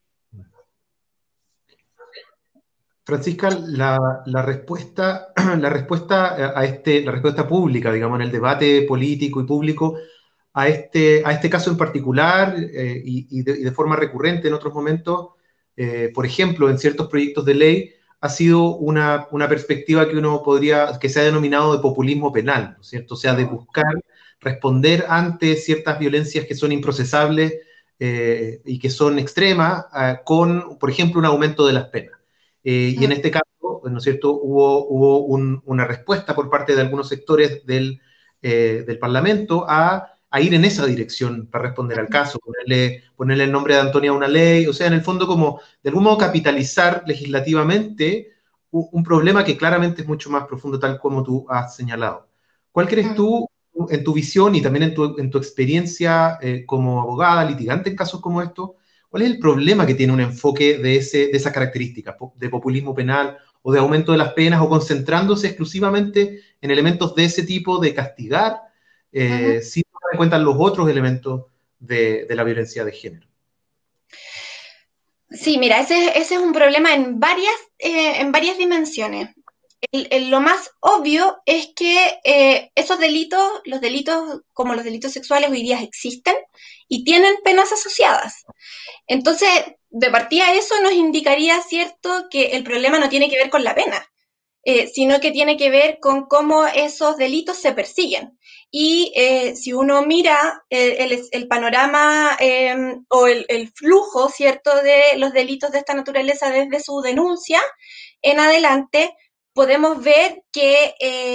Francisca, la respuesta, la respuesta pública, digamos, en el debate político y público a este caso en particular y de forma recurrente en otros momentos, por ejemplo, en ciertos proyectos de ley, ha sido una perspectiva que uno podría, que se ha denominado de populismo penal, ¿no es cierto? O sea, de buscar responder ante ciertas violencias que son improcesables y que son extremas con, por ejemplo, un aumento de las penas. Y en este caso, ¿no es cierto?, hubo una respuesta por parte de algunos sectores del Parlamento a ir en esa dirección para responder al caso, ponerle el nombre de Antonia a una ley, o sea, en el fondo como de algún modo capitalizar legislativamente un problema que claramente es mucho más profundo, tal como tú has señalado. ¿Cuál crees tú, en tu visión y también en tu experiencia como abogada, litigante en casos como estos, cuál es el problema que tiene un enfoque de esas características, de populismo penal o de aumento de las penas o concentrándose exclusivamente en elementos de ese tipo de castigar sin tomar en cuenta los otros elementos de la violencia de género? Sí, mira, ese es un problema en varias dimensiones. Lo más obvio es que esos delitos, los delitos como los delitos sexuales hoy día existen y tienen penas asociadas. Entonces, de partida eso nos indicaría, ¿cierto?, que el problema no tiene que ver con la pena, sino que tiene que ver con cómo esos delitos se persiguen. Y si uno mira el panorama o el flujo, ¿cierto?, de los delitos de esta naturaleza desde su denuncia en adelante, podemos ver que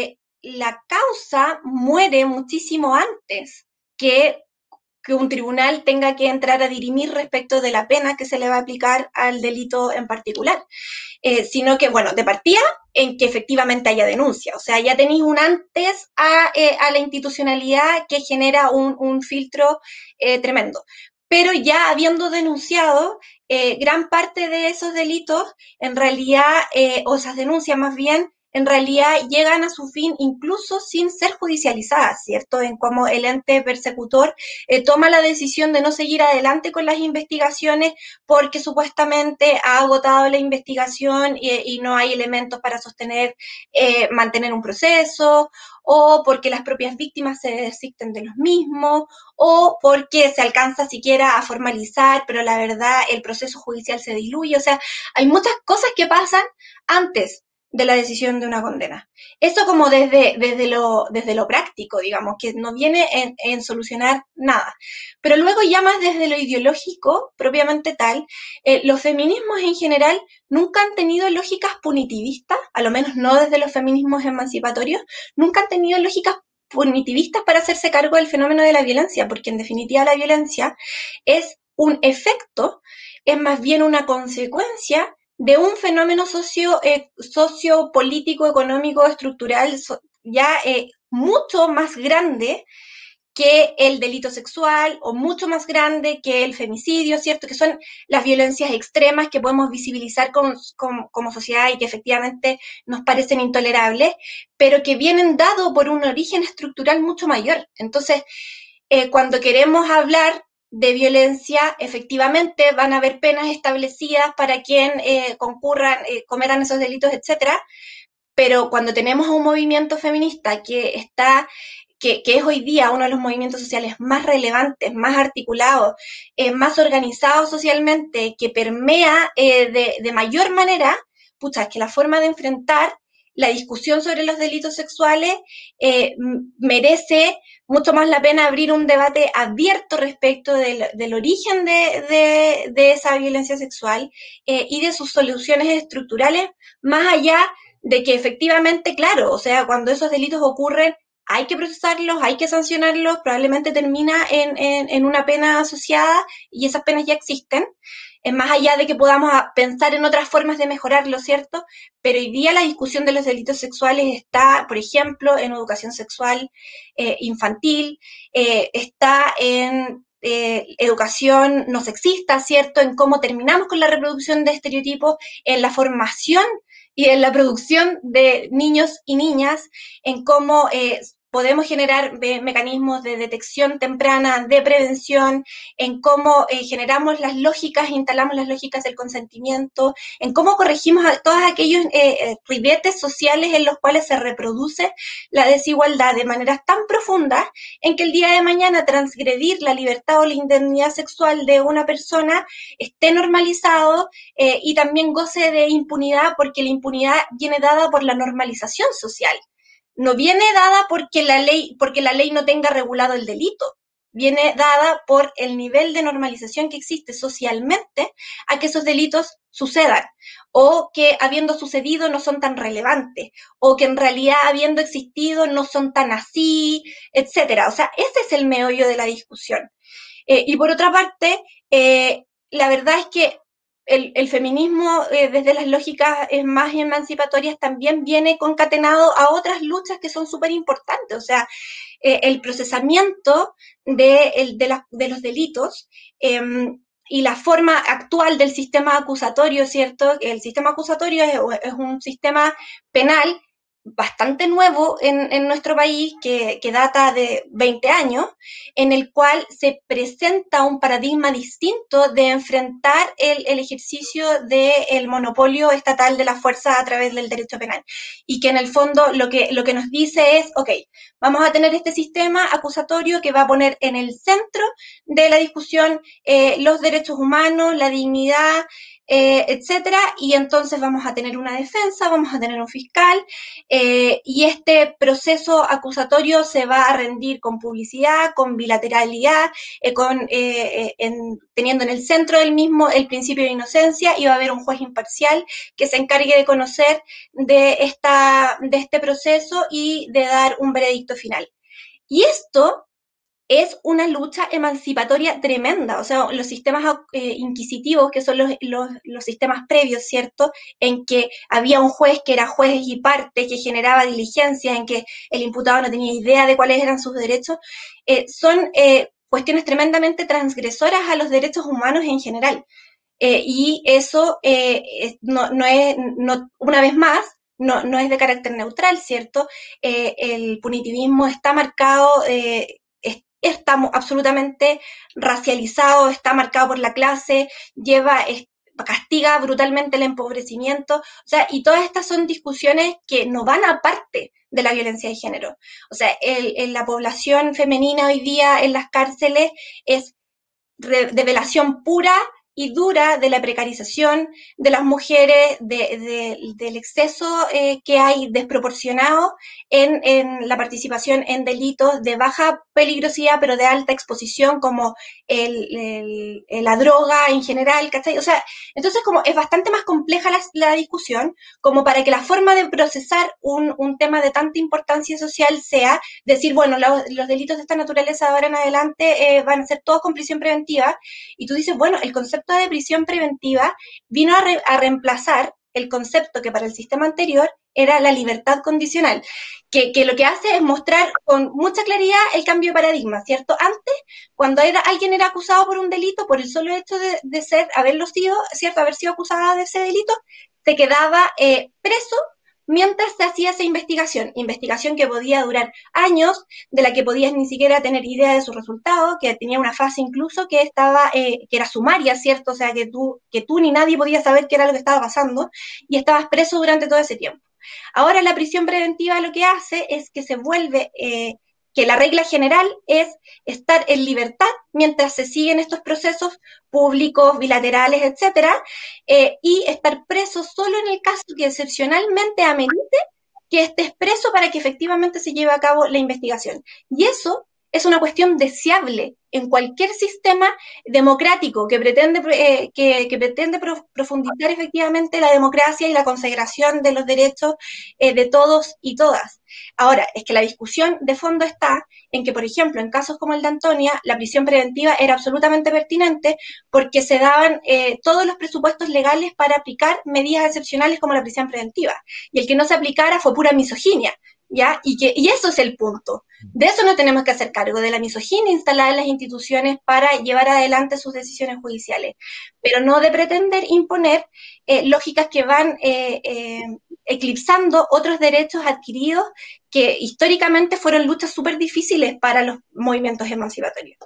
la causa muere muchísimo antes que un tribunal tenga que entrar a dirimir respecto de la pena que se le va a aplicar al delito en particular. Sino que, bueno, de partida en que efectivamente haya denuncia. O sea, ya tenéis un antes a la institucionalidad que genera un filtro tremendo. Pero ya habiendo denunciado, gran parte de esos delitos, en realidad, o esas denuncias más bien, en realidad llegan a su fin incluso sin ser judicializadas, ¿cierto? En cómo el ente persecutor toma la decisión de no seguir adelante con las investigaciones porque supuestamente ha agotado la investigación y no hay elementos para sostener, mantener un proceso, o porque las propias víctimas se desisten de los mismos, o porque se alcanza siquiera a formalizar, pero la verdad el proceso judicial se diluye. O sea, hay muchas cosas que pasan antes de la decisión de una condena. Eso como desde lo práctico, digamos, que no viene en solucionar nada. Pero luego ya más desde lo ideológico, propiamente tal, los feminismos en general nunca han tenido lógicas punitivistas, a lo menos no desde los feminismos emancipatorios, nunca han tenido lógicas punitivistas para hacerse cargo del fenómeno de la violencia, porque en definitiva la violencia es un efecto, es más bien una consecuencia de un fenómeno sociopolítico, económico, estructural, ya mucho más grande que el delito sexual o mucho más grande que el femicidio, ¿cierto? Que son las violencias extremas que podemos visibilizar como sociedad y que efectivamente nos parecen intolerables, pero que vienen dado por un origen estructural mucho mayor. Entonces, cuando queremos hablar de violencia, efectivamente van a haber penas establecidas para quien concurran, cometan esos delitos, etcétera, pero cuando tenemos a un movimiento feminista que es hoy día uno de los movimientos sociales más relevantes, más articulados, más organizados socialmente, que permea de mayor manera, pucha, es que la forma de enfrentar la discusión sobre los delitos sexuales merece mucho más la pena abrir un debate abierto respecto del origen de esa violencia sexual y de sus soluciones estructurales, más allá de que efectivamente, claro, o sea, cuando esos delitos ocurren, hay que procesarlos, hay que sancionarlos, probablemente termina en una pena asociada y esas penas ya existen, más allá de que podamos pensar en otras formas de mejorarlo, ¿cierto? Pero hoy día la discusión de los delitos sexuales está, por ejemplo, en educación sexual infantil, está en educación no sexista, ¿cierto? En cómo terminamos con la reproducción de estereotipos, en la formación y en la producción de niños y niñas, en cómo podemos generar mecanismos de detección temprana, de prevención, en cómo generamos las lógicas, instalamos las lógicas del consentimiento, en cómo corregimos a todos aquellos ribetes sociales en los cuales se reproduce la desigualdad de maneras tan profundas en que el día de mañana transgredir la libertad o la indemnidad sexual de una persona esté normalizado y también goce de impunidad, porque la impunidad viene dada por la normalización social. No viene dada porque la ley no tenga regulado el delito, viene dada por el nivel de normalización que existe socialmente a que esos delitos sucedan, o que habiendo sucedido no son tan relevantes, o que en realidad habiendo existido no son tan así, etcétera. O sea, ese es el meollo de la discusión. Y por otra parte, la verdad es que el feminismo, desde las lógicas más emancipatorias, también viene concatenado a otras luchas que son súper importantes. O sea, el procesamiento de los delitos y la forma actual del sistema acusatorio, ¿cierto? El sistema acusatorio es un sistema penal bastante nuevo en nuestro país, que data de 20 años, en el cual se presenta un paradigma distinto de enfrentar el ejercicio del monopolio estatal de la fuerza a través del derecho penal. Y que en el fondo lo que nos dice es, ok, vamos a tener este sistema acusatorio que va a poner en el centro de la discusión los derechos humanos, la dignidad, etcétera, y entonces vamos a tener una defensa, vamos a tener un fiscal, y este proceso acusatorio se va a rendir con publicidad, con bilateralidad, teniendo en el centro del mismo el principio de inocencia, y va a haber un juez imparcial que se encargue de conocer de este proceso y de dar un veredicto final. Y esto es una lucha emancipatoria tremenda. O sea, los sistemas inquisitivos, que son los sistemas previos, ¿cierto? En que había un juez que era juez y parte, que generaba diligencias, en que el imputado no tenía idea de cuáles eran sus derechos, son cuestiones tremendamente transgresoras a los derechos humanos en general. Y eso una vez más, no es de carácter neutral, ¿cierto? El punitivismo está marcado, está absolutamente racializado, está marcado por la clase, castiga brutalmente el empobrecimiento, o sea, y todas estas son discusiones que no van aparte de la violencia de género. O sea, la población femenina hoy día en las cárceles es revelación pura y dura de la precarización de las mujeres, del exceso que hay desproporcionado en la participación en delitos de baja peligrosidad, pero de alta exposición, como la droga en general, ¿cachai? O sea, entonces como es bastante más compleja la discusión, como para que la forma de procesar un tema de tanta importancia social sea decir, bueno, los delitos de esta naturaleza de ahora en adelante van a ser todos con prisión preventiva, y tú dices, bueno, el concepto de prisión preventiva vino a reemplazar el concepto que para el sistema anterior era la libertad condicional, que lo que hace es mostrar con mucha claridad el cambio de paradigma, ¿cierto? Antes, cuando alguien era acusado por un delito, por el solo hecho de haberlo sido, ¿cierto? Haber sido acusado de ese delito, se quedaba preso mientras se hacía esa investigación que podía durar años, de la que podías ni siquiera tener idea de su resultado, que tenía una fase incluso que era sumaria, ¿cierto? O sea, que tú ni nadie podía saber qué era lo que estaba pasando, y estabas preso durante todo ese tiempo. Ahora la prisión preventiva lo que hace es que se vuelve, que la regla general es estar en libertad mientras se siguen estos procesos públicos, bilaterales, etcétera, y estar preso solo en el caso que excepcionalmente amerite que esté expreso para que efectivamente se lleve a cabo la investigación. Y eso es una cuestión deseable en cualquier sistema democrático que pretende profundizar efectivamente la democracia y la consagración de los derechos de todos y todas. Ahora, es que la discusión de fondo está en que, por ejemplo, en casos como el de Antonia, la prisión preventiva era absolutamente pertinente porque se daban todos los presupuestos legales para aplicar medidas excepcionales como la prisión preventiva. Y el que no se aplicara fue pura misoginia. ¿Ya? Y eso es el punto. De eso no tenemos que hacer cargo, de la misoginia instalada en las instituciones para llevar adelante sus decisiones judiciales, pero no de pretender imponer lógicas que van eclipsando otros derechos adquiridos que históricamente fueron luchas súper difíciles para los movimientos emancipatorios.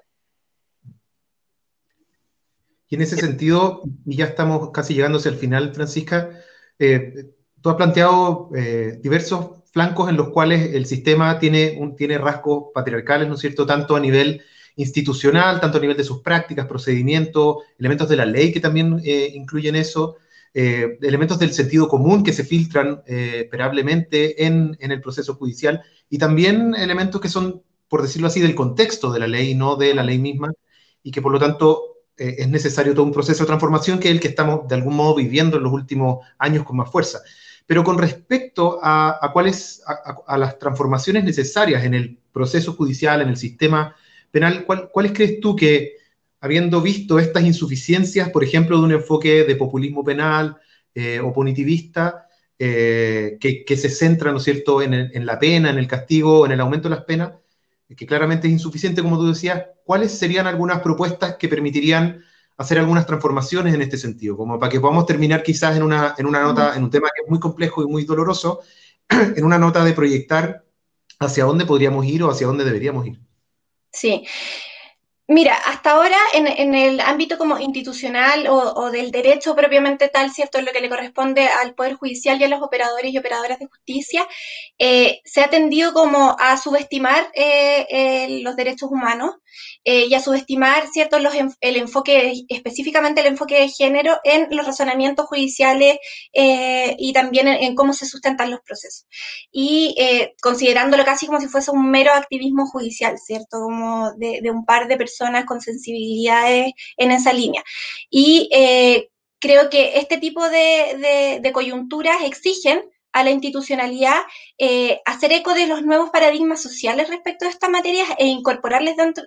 Y en ese sentido, y ya estamos casi llegando hacia el final, Francisca, tú has planteado diversos flancos en los cuales el sistema tiene rasgos patriarcales, ¿no es cierto?, tanto a nivel institucional, tanto a nivel de sus prácticas, procedimientos, elementos de la ley que también incluyen eso, elementos del sentido común que se filtran esperablemente en el proceso judicial, y también elementos que son, por decirlo así, del contexto de la ley, no de la ley misma, y que por lo tanto es necesario todo un proceso de transformación que es el que estamos de algún modo viviendo en los últimos años con más fuerza. Pero con respecto a las transformaciones necesarias en el proceso judicial, en el sistema penal, ¿cuáles crees tú que, habiendo visto estas insuficiencias, por ejemplo, de un enfoque de populismo penal o punitivista, que se centra, ¿no es cierto?, en la pena, en el castigo, en el aumento de las penas, que claramente es insuficiente, como tú decías, ¿cuáles serían algunas propuestas que permitirían hacer algunas transformaciones en este sentido? Como para que podamos terminar quizás en una nota, en un tema que es muy complejo y muy doloroso, en una nota de proyectar hacia dónde podríamos ir o hacia dónde deberíamos ir. Sí. Mira, hasta ahora en el ámbito como institucional o del derecho propiamente tal, ¿cierto? En lo que le corresponde al Poder Judicial y a los operadores y operadoras de justicia, se ha tendido como a subestimar los derechos humanos y a subestimar, ¿cierto? El enfoque, específicamente el enfoque de género en los razonamientos judiciales y también en cómo se sustentan los procesos. Y considerándolo casi como si fuese un mero activismo judicial, ¿cierto? Como de un par de personas con sensibilidades en esa línea. Y creo que este tipo de coyunturas exigen a la institucionalidad hacer eco de los nuevos paradigmas sociales respecto a estas materias e incorporarlos dentro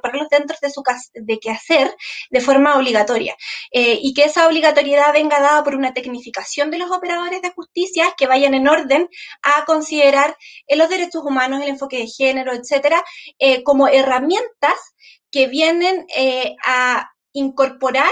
de su de quehacer de forma obligatoria. Y que esa obligatoriedad venga dada por una tecnificación de los operadores de justicia que vayan en orden a considerar los derechos humanos, el enfoque de género, etcétera, como herramientas que vienen a incorporar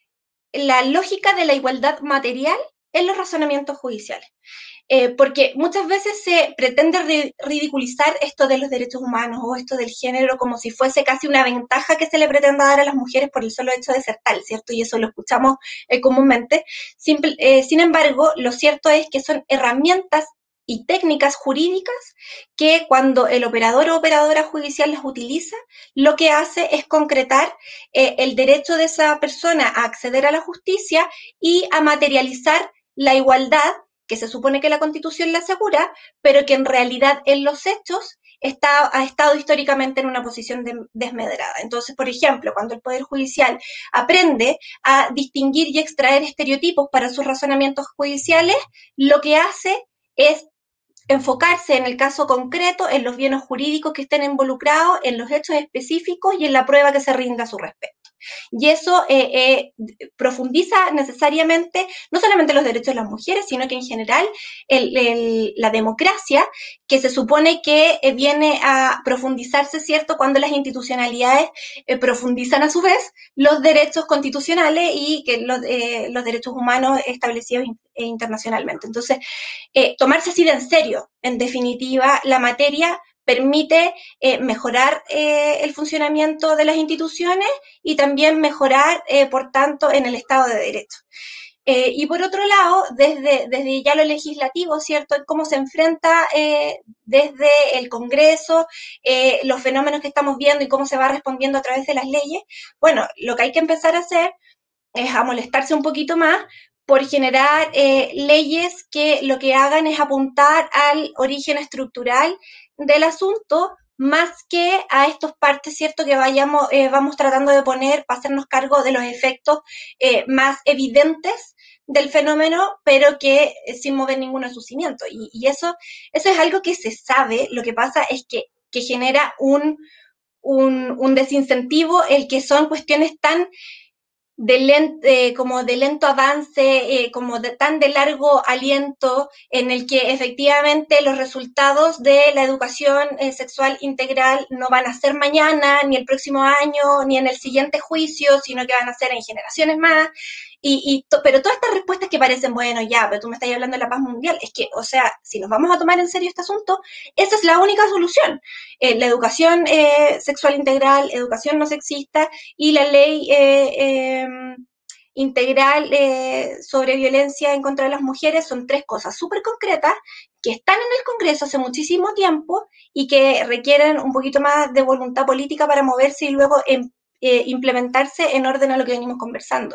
la lógica de la igualdad material en los razonamientos judiciales. Porque muchas veces se pretende ridiculizar esto de los derechos humanos o esto del género como si fuese casi una ventaja que se le pretenda dar a las mujeres por el solo hecho de ser tal, ¿cierto? Y eso lo escuchamos comúnmente. Sin embargo, lo cierto es que son herramientas y técnicas jurídicas que cuando el operador o operadora judicial las utiliza, lo que hace es concretar el derecho de esa persona a acceder a la justicia y a materializar la igualdad que se supone que la Constitución la asegura, pero que en realidad en los hechos ha estado históricamente en una posición desmedrada. Entonces, por ejemplo, cuando el Poder Judicial aprende a distinguir y extraer estereotipos para sus razonamientos judiciales, lo que hace es enfocarse en el caso concreto, en los bienes jurídicos que estén involucrados, en los hechos específicos y en la prueba que se rinda a su respecto. Y eso profundiza necesariamente no solamente los derechos de las mujeres, sino que en general la democracia, que se supone que viene a profundizarse, ¿cierto?, cuando las institucionalidades profundizan a su vez los derechos constitucionales y que los derechos humanos establecidos internacionalmente. Entonces, tomarse así de en serio, en definitiva, la materia permite mejorar el funcionamiento de las instituciones y también mejorar, por tanto, en el Estado de Derecho. Y por otro lado, desde ya lo legislativo, ¿cierto?, cómo se enfrenta desde el Congreso los fenómenos que estamos viendo y cómo se va respondiendo a través de las leyes. Bueno, lo que hay que empezar a hacer es a molestarse un poquito más por generar leyes que lo que hagan es apuntar al origen estructural del asunto, más que a estos partes, ¿cierto?, que vamos tratando de poner para hacernos cargo de los efectos más evidentes del fenómeno, pero que sin mover ninguno de sus cimientos. Y eso es algo que se sabe. Lo que pasa es que genera un desincentivo el que son cuestiones tan como de lento avance, como tan de largo aliento, en el que efectivamente los resultados de la educación sexual integral no van a ser mañana, ni el próximo año, ni en el siguiente juicio, sino que van a ser en generaciones más. Pero todas estas respuestas que parecen, bueno, ya, pero tú me estás hablando de la paz mundial, es que, o sea, si nos vamos a tomar en serio este asunto, esa es la única solución. La educación sexual integral, educación no sexista y la ley integral sobre violencia en contra de las mujeres son tres cosas súper concretas que están en el Congreso hace muchísimo tiempo y que requieren un poquito más de voluntad política para moverse y luego implementarse en orden a lo que venimos conversando.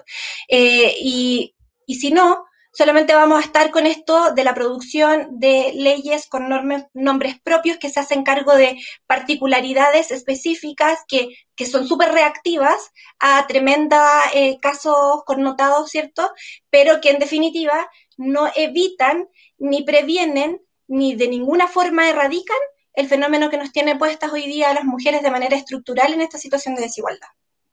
Y si no, solamente vamos a estar con esto de la producción de leyes con nombres propios que se hacen cargo de particularidades específicas que son súper reactivas a tremenda casos connotados, ¿cierto? Pero que en definitiva no evitan, ni previenen, ni de ninguna forma erradican el fenómeno que nos tiene puestas hoy día a las mujeres de manera estructural en esta situación de desigualdad.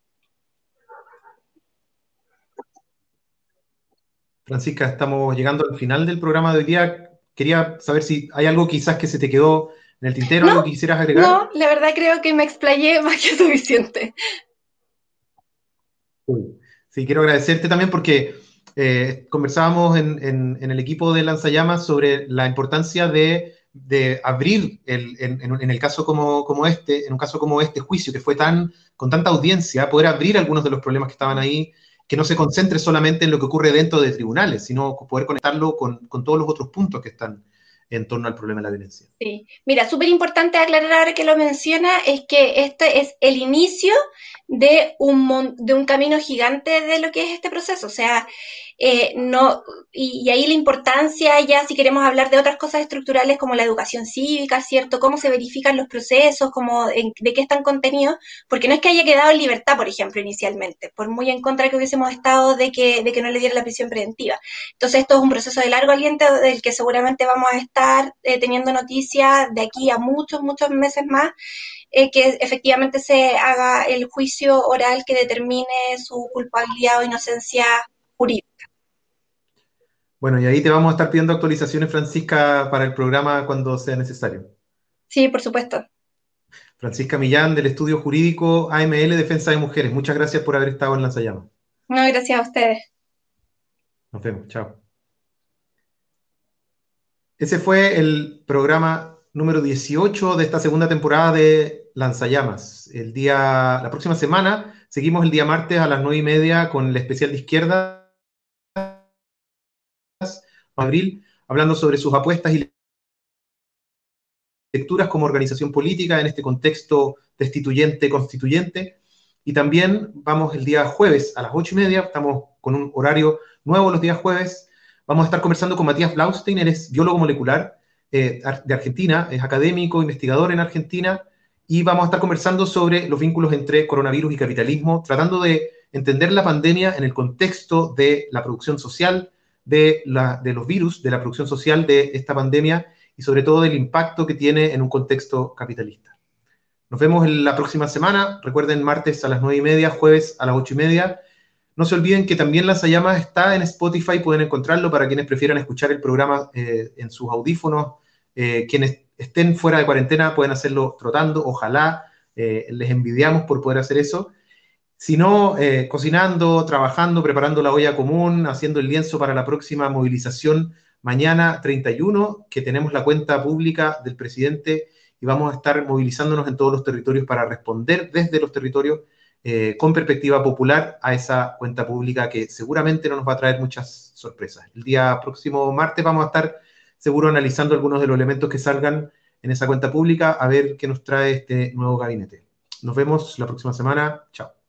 Francisca, estamos llegando al final del programa de hoy día. Quería saber si hay algo quizás que se te quedó en el tintero, No, algo que quisieras agregar. no, la verdad creo que me explayé más que suficiente. Sí, quiero agradecerte también porque conversábamos en el equipo de Lanzallamas sobre la importancia de abrir, en el caso como este, en un caso como este juicio que fue con tanta audiencia, poder abrir algunos de los problemas que estaban ahí, que no se concentre solamente en lo que ocurre dentro de tribunales, sino poder conectarlo con todos los otros puntos que están en torno al problema de la violencia. Sí, mira, súper importante aclarar ahora que lo menciona, es que este es el inicio de un camino gigante de lo que es este proceso. O sea, no, y ahí la importancia, ya si queremos hablar de otras cosas estructurales como la educación cívica, ¿cierto? Cómo se verifican los procesos, de qué están contenidos, porque no es que haya quedado en libertad, por ejemplo, inicialmente, por muy en contra que hubiésemos estado de que no le diera la prisión preventiva. Entonces, esto es un proceso de largo aliento del que seguramente vamos a estar teniendo noticias de aquí a muchos, muchos meses más, que efectivamente se haga el juicio oral que determine su culpabilidad o inocencia jurídica. Bueno, y ahí te vamos a estar pidiendo actualizaciones, Francisca, para el programa cuando sea necesario. Sí, por supuesto. Francisca Millán, del Estudio Jurídico AML Defensa de Mujeres. Muchas gracias por haber estado en Lanzallamas. No, gracias a ustedes. Nos vemos, chao. Ese fue el programa número 18 de esta segunda temporada de Lanzallamas. La próxima semana seguimos el día martes a las 9:30 con el especial de izquierda, abril, hablando sobre sus apuestas y lecturas como organización política en este contexto destituyente-constituyente. Y también vamos el día jueves a las 8:30, estamos con un horario nuevo los días jueves. Vamos a estar conversando con Matías Blaustein, él es biólogo molecular de Argentina, es académico, investigador en Argentina, y vamos a estar conversando sobre los vínculos entre coronavirus y capitalismo, tratando de entender la pandemia en el contexto de la producción social, de los virus, de la producción social de esta pandemia, y sobre todo del impacto que tiene en un contexto capitalista. Nos vemos en la próxima semana. Recuerden, martes a las 9:30, jueves a las 8:30. No se olviden que también Lanzallamas está en Spotify, pueden encontrarlo para quienes prefieran escuchar el programa en sus audífonos. Quienes estén fuera de cuarentena pueden hacerlo trotando, ojalá, les envidiamos por poder hacer eso. Si no, cocinando, trabajando, preparando la olla común, haciendo el lienzo para la próxima movilización mañana 31, que tenemos la cuenta pública del presidente y vamos a estar movilizándonos en todos los territorios para responder desde los territorios con perspectiva popular a esa cuenta pública que seguramente no nos va a traer muchas sorpresas. El día próximo martes vamos a estar seguro analizando algunos de los elementos que salgan en esa cuenta pública a ver qué nos trae este nuevo gabinete. Nos vemos la próxima semana. Chao.